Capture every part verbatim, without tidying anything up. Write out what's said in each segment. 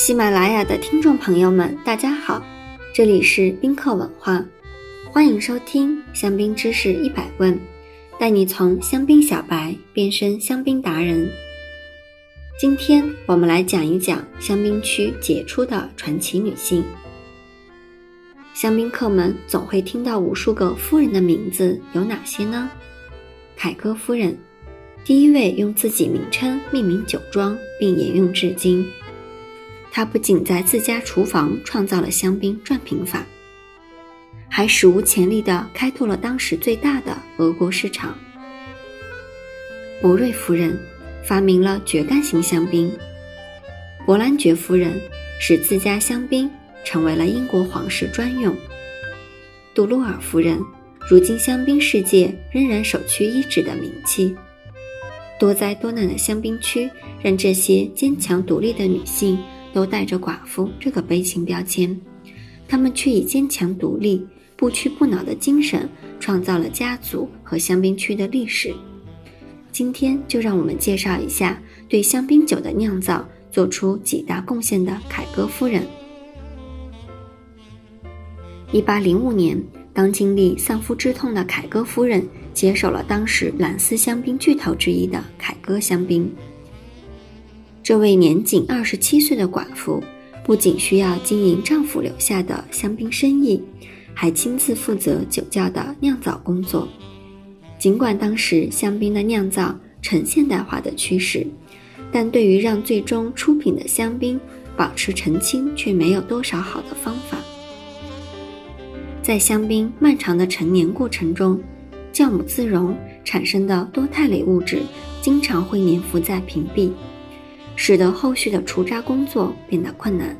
喜马拉雅的听众朋友们，大家好，这里是宾客文化，欢迎收听香槟知识一百问，带你从香槟小白变身香槟达人。今天我们来讲一讲香槟区杰出的传奇女性。香槟客们总会听到无数个夫人的名字，有哪些呢？凯歌夫人，第一位用自己名称命名酒庄并沿用至今。她不仅在自家厨房创造了香槟转瓶法，还史无前例地开拓了当时最大的俄国市场。博瑞夫人发明了蕨苷型香槟，伯兰爵夫人使自家香槟成为了英国皇室专用。杜洛尔夫人如今香槟世界仍然首屈一指的名气。多灾多难的香槟区让这些坚强独立的女性都带着寡妇这个悲情标签，她们却以坚强独立、不屈不挠的精神创造了家族和香槟区的历史。今天就让我们介绍一下对香槟酒的酿造做出极大贡献的凯歌夫人。一八零五年，刚经历丧夫之痛的凯歌夫人接手了当时兰斯香槟巨头之一的凯歌香槟。这位年仅二十七岁的寡妇不仅需要经营丈夫留下的香槟生意，还亲自负责酒窖的酿造工作。尽管当时香槟的酿造呈现代化的趋势，但对于让最终出品的香槟保持澄清却没有多少好的方法。在香槟漫长的陈年过程中，酵母自溶产生的多肽类物质经常会粘附在瓶壁，使得后续的除渣工作变得困难。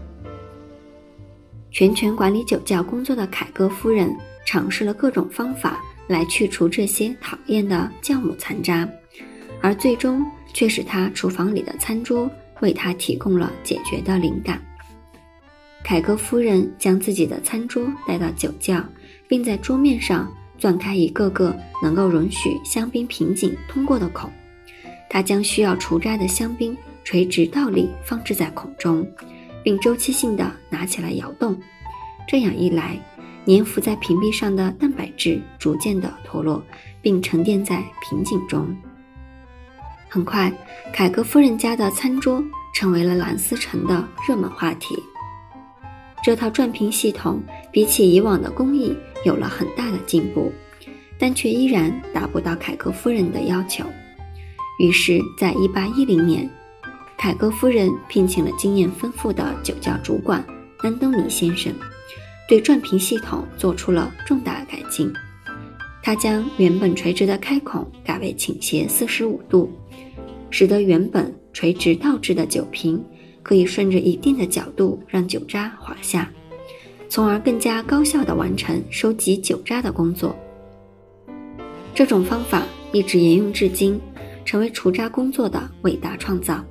全权管理酒窖工作的凯歌夫人尝试了各种方法来去除这些讨厌的酵母残渣，而最终却使她厨房里的餐桌为她提供了解决的灵感。凯歌夫人将自己的餐桌带到酒窖，并在桌面上钻开一个个能够容许香槟瓶颈通过的孔。她将需要除渣的香槟垂直倒立放置在孔中，并周期性地拿起来摇动。这样一来，粘附在瓶壁上的蛋白质逐渐地脱落，并沉淀在瓶颈中。很快，凯歌夫人家的餐桌成为了兰斯城的热门话题。这套转瓶系统比起以往的工艺有了很大的进步，但却依然达不到凯歌夫人的要求。于是在一八一零年，凯歌夫人聘请了经验丰富的酒窖主管安东尼先生，对转瓶系统做出了重大改进。他将原本垂直的开孔改为倾斜四十五度，使得原本垂直倒置的酒瓶可以顺着一定的角度让酒渣滑下，从而更加高效地完成收集酒渣的工作。这种方法一直沿用至今，成为除渣工作的伟大创造。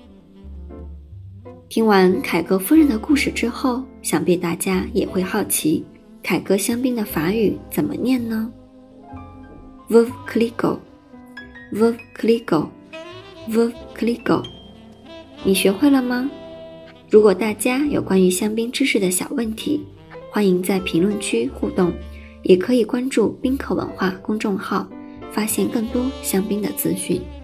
听完凯歌夫人的故事之后，想必大家也会好奇，凯歌香槟的法语怎么念呢？ Veuve Clicquot Veuve Clicquot Veuve Clicquot， 你学会了吗？如果大家有关于香槟知识的小问题，欢迎在评论区互动，也可以关注宾客文化公众号，发现更多香槟的资讯。